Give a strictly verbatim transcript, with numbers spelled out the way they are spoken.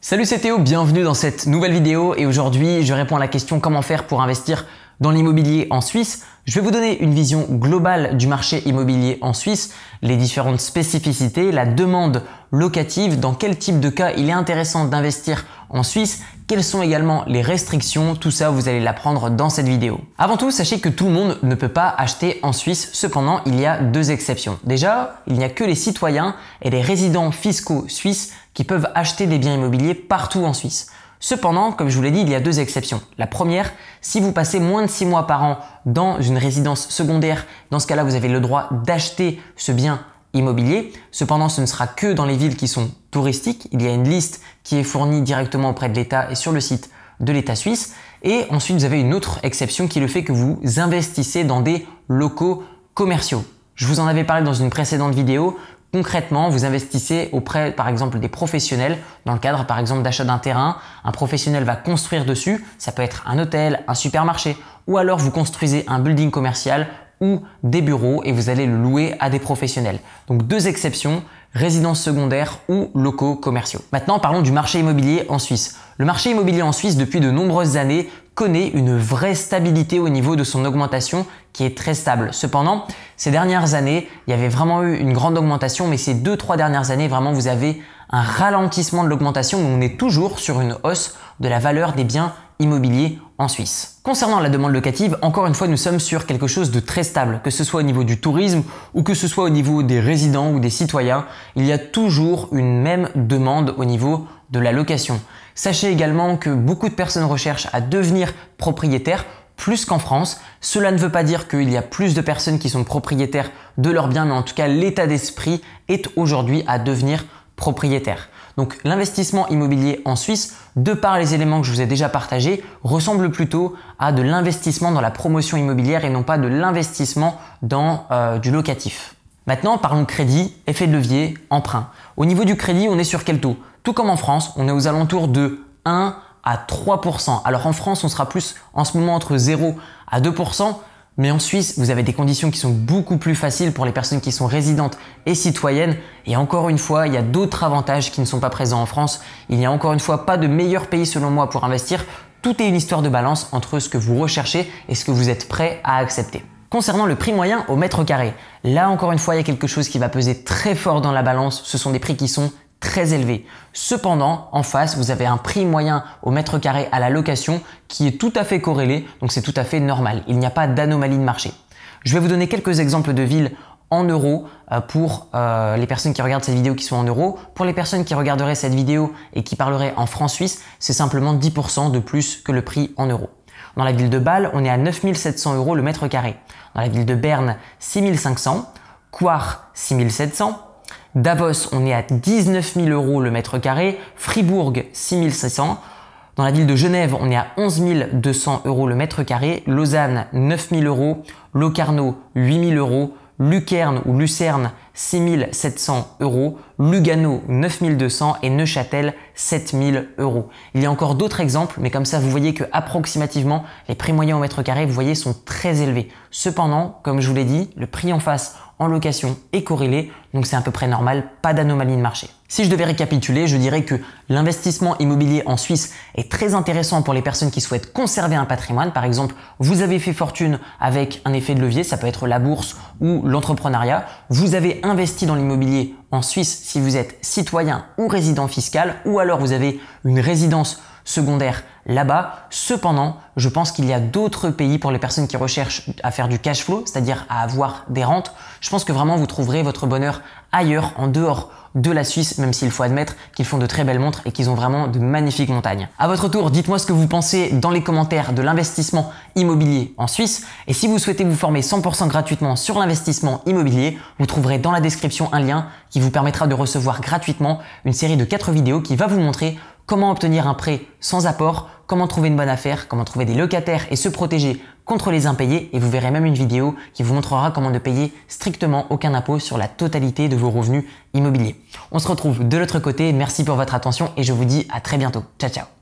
Salut, c'est Théo, bienvenue dans cette nouvelle vidéo et aujourd'hui je réponds à la question comment faire pour investir dans l'immobilier en Suisse. Je vais vous donner une vision globale du marché immobilier en Suisse, les différentes spécificités, la demande locative, dans quel type de cas il est intéressant d'investir en Suisse, quelles sont également les restrictions, tout ça vous allez l'apprendre dans cette vidéo. Avant tout, sachez que tout le monde ne peut pas acheter en Suisse, cependant il y a deux exceptions. Déjà, il n'y a que les citoyens et les résidents fiscaux suisses qui peuvent acheter des biens immobiliers partout en Suisse. Cependant, comme je vous l'ai dit, il y a deux exceptions. La première, si vous passez moins de six mois par an dans une résidence secondaire, dans ce cas-là, vous avez le droit d'acheter ce bien immobilier. Cependant, ce ne sera que dans les villes qui sont touristiques. Il y a une liste qui est fournie directement auprès de l'État et sur le site de l'État suisse. Et ensuite, vous avez une autre exception qui est le fait que vous investissez dans des locaux commerciaux. Je vous en avais parlé dans une précédente vidéo. Concrètement, vous investissez auprès, par exemple, des professionnels dans le cadre, par exemple, d'achat d'un terrain. Un professionnel va construire dessus. Ça peut être un hôtel, un supermarché ou alors vous construisez un building commercial ou des bureaux et vous allez le louer à des professionnels. Donc deux exceptions, résidences secondaires ou locaux commerciaux. Maintenant, parlons du marché immobilier en Suisse. Le marché immobilier en Suisse, depuis de nombreuses années, connaît une vraie stabilité au niveau de son augmentation qui est très stable. Cependant, ces dernières années, il y avait vraiment eu une grande augmentation, mais ces deux, trois dernières années, vraiment, vous avez un ralentissement de l'augmentation où on est toujours sur une hausse de la valeur des biens immobiliers en Suisse. Concernant la demande locative, encore une fois, nous sommes sur quelque chose de très stable, que ce soit au niveau du tourisme ou que ce soit au niveau des résidents ou des citoyens, il y a toujours une même demande au niveau de la location. Sachez également que beaucoup de personnes recherchent à devenir propriétaires plus qu'en France. Cela ne veut pas dire qu'il y a plus de personnes qui sont propriétaires de leurs biens, mais en tout cas, l'état d'esprit est aujourd'hui à devenir propriétaire. Donc l'investissement immobilier en Suisse, de par les éléments que je vous ai déjà partagés, ressemble plutôt à de l'investissement dans la promotion immobilière et non pas de l'investissement dans euh, du locatif. Maintenant, parlons crédit, effet de levier, emprunt. Au niveau du crédit, on est sur quel taux? Tout comme en France, on est aux alentours de un à trois pour cent. Alors en France, on sera plus en ce moment entre zéro à deux pour cent. Mais en Suisse, vous avez des conditions qui sont beaucoup plus faciles pour les personnes qui sont résidentes et citoyennes. Et encore une fois, il y a d'autres avantages qui ne sont pas présents en France. Il n'y a encore une fois pas de meilleur pays selon moi pour investir. Tout est une histoire de balance entre ce que vous recherchez et ce que vous êtes prêt à accepter. Concernant le prix moyen au mètre carré, là encore une fois, il y a quelque chose qui va peser très fort dans la balance. Ce sont des prix qui sont très élevé. Cependant, en face, vous avez un prix moyen au mètre carré à la location qui est tout à fait corrélé, donc c'est tout à fait normal. Il n'y a pas d'anomalie de marché. Je vais vous donner quelques exemples de villes en euros pour euh, les personnes qui regardent cette vidéo qui sont en euros. Pour les personnes qui regarderaient cette vidéo et qui parleraient en francs suisses, c'est simplement dix pour cent de plus que le prix en euros. Dans la ville de Bâle, on est à neuf mille sept cents euros le mètre carré. Dans la ville de Berne, six mille cinq cents. Coire, six mille sept cents. Davos, on est à dix-neuf mille euros le mètre carré. Fribourg, six mille cinq cents. Dans la ville de Genève, on est à onze mille deux cents euros le mètre carré. Lausanne, neuf mille euros. Locarno, huit mille euros. Lucerne ou Lucerne, six mille sept cents euros. Lugano, neuf mille deux cents et Neuchâtel, sept mille euros. Il y a encore d'autres exemples, mais comme ça, vous voyez que approximativement, les prix moyens au mètre carré, vous voyez, sont très élevés. Cependant, comme je vous l'ai dit, le prix en face en location est corrélé, donc c'est à peu près normal, pas d'anomalie de marché. Si je devais récapituler, je dirais que l'investissement immobilier en Suisse est très intéressant pour les personnes qui souhaitent conserver un patrimoine. Par exemple, vous avez fait fortune avec un effet de levier, ça peut être la bourse ou l'entrepreneuriat. Vous avez investi dans l'immobilier en Suisse si vous êtes citoyen ou résident fiscal, ou alors vous avez une résidence secondaire là-bas. Cependant, je pense qu'il y a d'autres pays pour les personnes qui recherchent à faire du cash flow, c'est-à-dire à avoir des rentes. Je pense que vraiment vous trouverez votre bonheur ailleurs, en dehors de la Suisse, même s'il faut admettre qu'ils font de très belles montres et qu'ils ont vraiment de magnifiques montagnes. À votre tour, dites-moi ce que vous pensez dans les commentaires de l'investissement immobilier en Suisse. Et si vous souhaitez vous former cent pour cent gratuitement sur l'investissement immobilier, vous trouverez dans la description un lien qui vous permettra de recevoir gratuitement une série de quatre vidéos qui va vous montrer comment obtenir un prêt sans apport, comment trouver une bonne affaire, comment trouver des locataires et se protéger contre les impayés. Et vous verrez même une vidéo qui vous montrera comment ne payer strictement aucun impôt sur la totalité de vos revenus immobiliers. On se retrouve de l'autre côté. Merci pour votre attention et je vous dis à très bientôt. Ciao, ciao.